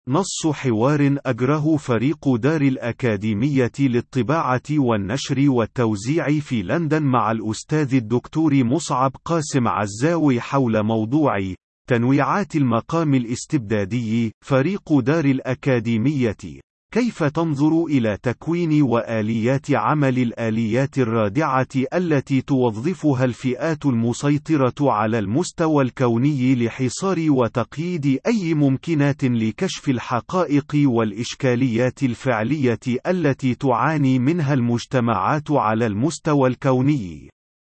نص حوار أجره فريق دار الأكاديمية للطباعة والنشر والتوزيع في لندن مع الأستاذ الدكتور مصعب قاسم عزاوي حول موضوع تنويعات المقام الاستبدادي. فريق دار الأكاديمية: كيف تنظر إلى تكوين وآليات عمل الآليات الرادعة التي توظفها الفئات المسيطرة على المستوى الكوني لحصار وتقييد أي ممكنات لكشف الحقائق والإشكاليات الفعلية التي تعاني منها المجتمعات على المستوى الكوني؟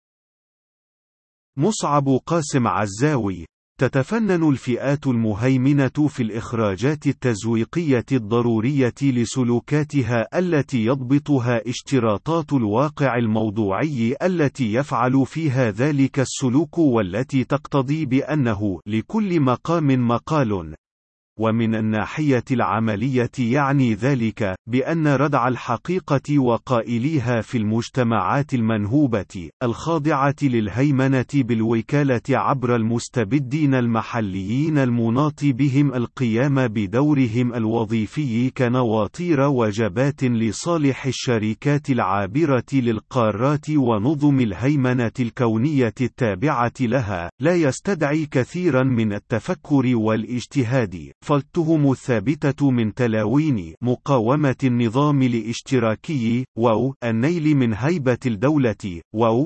مصعب قاسم عزاوي: تتفنن الفئات المهيمنة في الإخراجات التسويقية الضرورية لسلوكاتها التي يضبطها اشتراطات الواقع الموضوعي التي يفعل فيها ذلك السلوك، والتي تقتضي بأنه لكل مقام مقال. ومن الناحية العملية يعني ذلك بأن ردع الحقيقة وقائليها في المجتمعات المنهوبة الخاضعة للهيمنة بالوكالة عبر المستبدين المحليين المناط بهم القيام بدورهم الوظيفي كنواطير وجبات لصالح الشركات العابرة للقارات ونظم الهيمنة الكونية التابعة لها، لا يستدعي كثيرا من التفكر والاجتهاد. فالتهم الثابتة من تلاوين مقاومة النظام الاشتراكي النيل من هيبة الدولة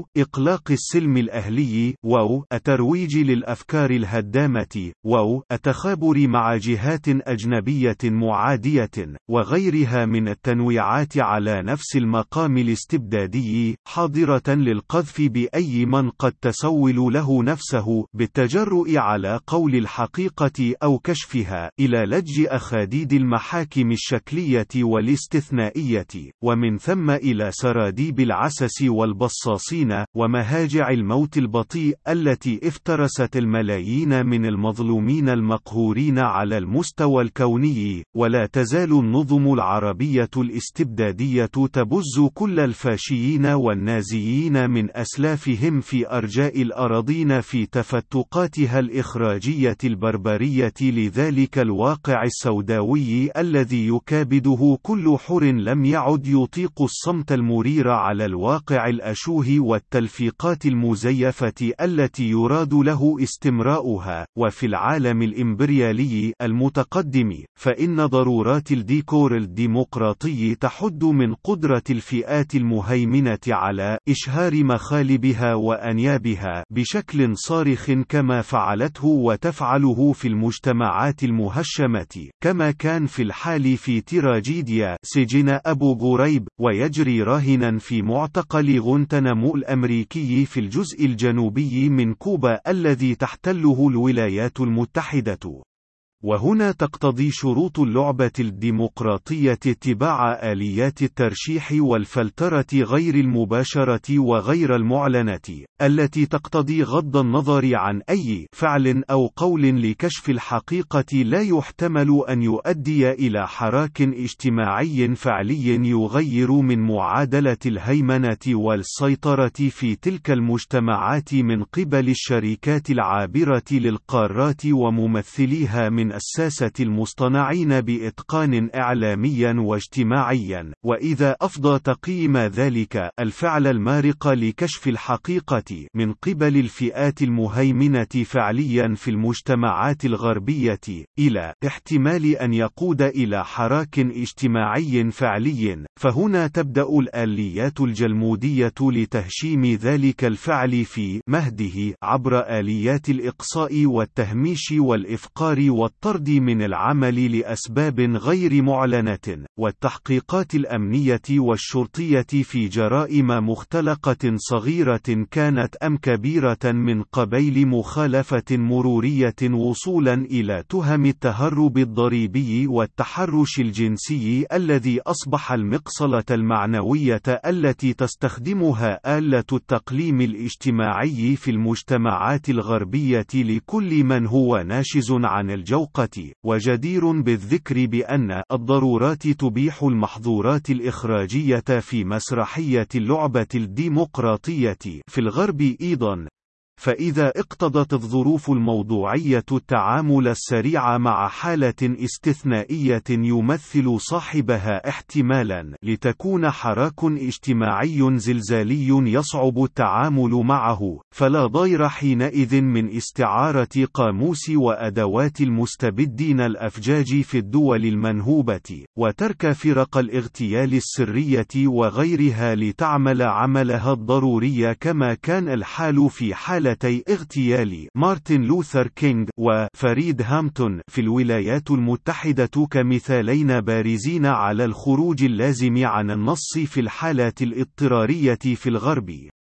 إقلاق السلم الأهلي الترويج للأفكار الهدامة التخابر مع جهات أجنبية معادية وغيرها من التنويعات على نفس المقام الاستبدادي، حاضرة للقذف بأي من قد تسول له نفسه بالتجرؤ على قول الحقيقة أو كشفها إلى لج أخاديد المحاكم الشكلية والاستثنائية، ومن ثم إلى سراديب العسس والبصاصين ومهاجع الموت البطيء التي افترست الملايين من المظلومين المقهورين على المستوى الكوني. ولا تزال النظم العربية الاستبدادية تبز كل الفاشيين والنازيين من أسلافهم في أرجاء الأراضين في تفتقاتها الإخراجية البربرية لذلك الواقع السوداوي الذي يكابده كل حر لم يعد يطيق الصمت المرير على الواقع الأشوه والتلفيقات المزيفة التي يراد له استمراؤها. وفي العالم الإمبريالي المتقدم فإن ضرورات الديكور الديمقراطي تحد من قدرة الفئات المهيمنة على إشهار مخالبها وأنيابها بشكل صارخ كما فعلته وتفعله في المجتمعات المهشمة، كما كان في الحال في تراجيديا سجن أبو غريب، ويجري راهنا في معتقل غوانتنامو الأمريكي في الجزء الجنوبي من كوبا الذي تحتله الولايات المتحدة. وهنا تقتضي شروط اللعبة الديمقراطية اتباع آليات الترشيح والفلترة غير المباشرة وغير المعلنة، التي تقتضي غض النظر عن أي فعل أو قول لكشف الحقيقة لا يحتمل أن يؤدي إلى حراك اجتماعي فعلي يغير من معادلة الهيمنة والسيطرة في تلك المجتمعات من قبل الشركات العابرة للقارات وممثليها من الساسة المصطنعين بإتقان إعلاميا واجتماعيا. وإذا أفضى تقييم ذلك الفعل المارق لكشف الحقيقة من قبل الفئات المهيمنة فعليا في المجتمعات الغربية إلى احتمال أن يقود إلى حراك اجتماعي فعلي، فهنا تبدأ الآليات الجلمودية لتهشيم ذلك الفعل في مهده عبر آليات الإقصاء والتهميش والإفقار والطرد من العمل لأسباب غير معلنة، والتحقيقات الأمنية والشرطية في جرائم مختلقة صغيرة كانت أم كبيرة من قبيل مخالفة مرورية وصولا إلى تهم التهرب الضريبي والتحرش الجنسي الذي أصبح المقصلة المعنوية التي تستخدمها آلة التقليم الاجتماعي في المجتمعات الغربية لكل من هو ناشز عن الجوقة. وجدير بالذكر بأن الضرورات تبيح المحظورات الإخراجية في مسرحية اللعبة الديمقراطية في الغرب أيضا. فإذا اقتضت الظروف الموضوعية التعامل السريع مع حالة استثنائية يمثل صاحبها احتمالا لتكون حراك اجتماعي زلزالي يصعب التعامل معه، فلا ضير حينئذ من استعارة قاموس وأدوات المستبدين الأفجاج في الدول المنهوبة، وترك فرق الاغتيال السرية وغيرها لتعمل عملها الضروري، كما كان الحال في حالتي اغتيال مارتن لوثر كينغ وفريد هامبتون في الولايات المتحدة كمثالين بارزين على الخروج اللازم عن النص في الحالات الاضطرارية في الغرب.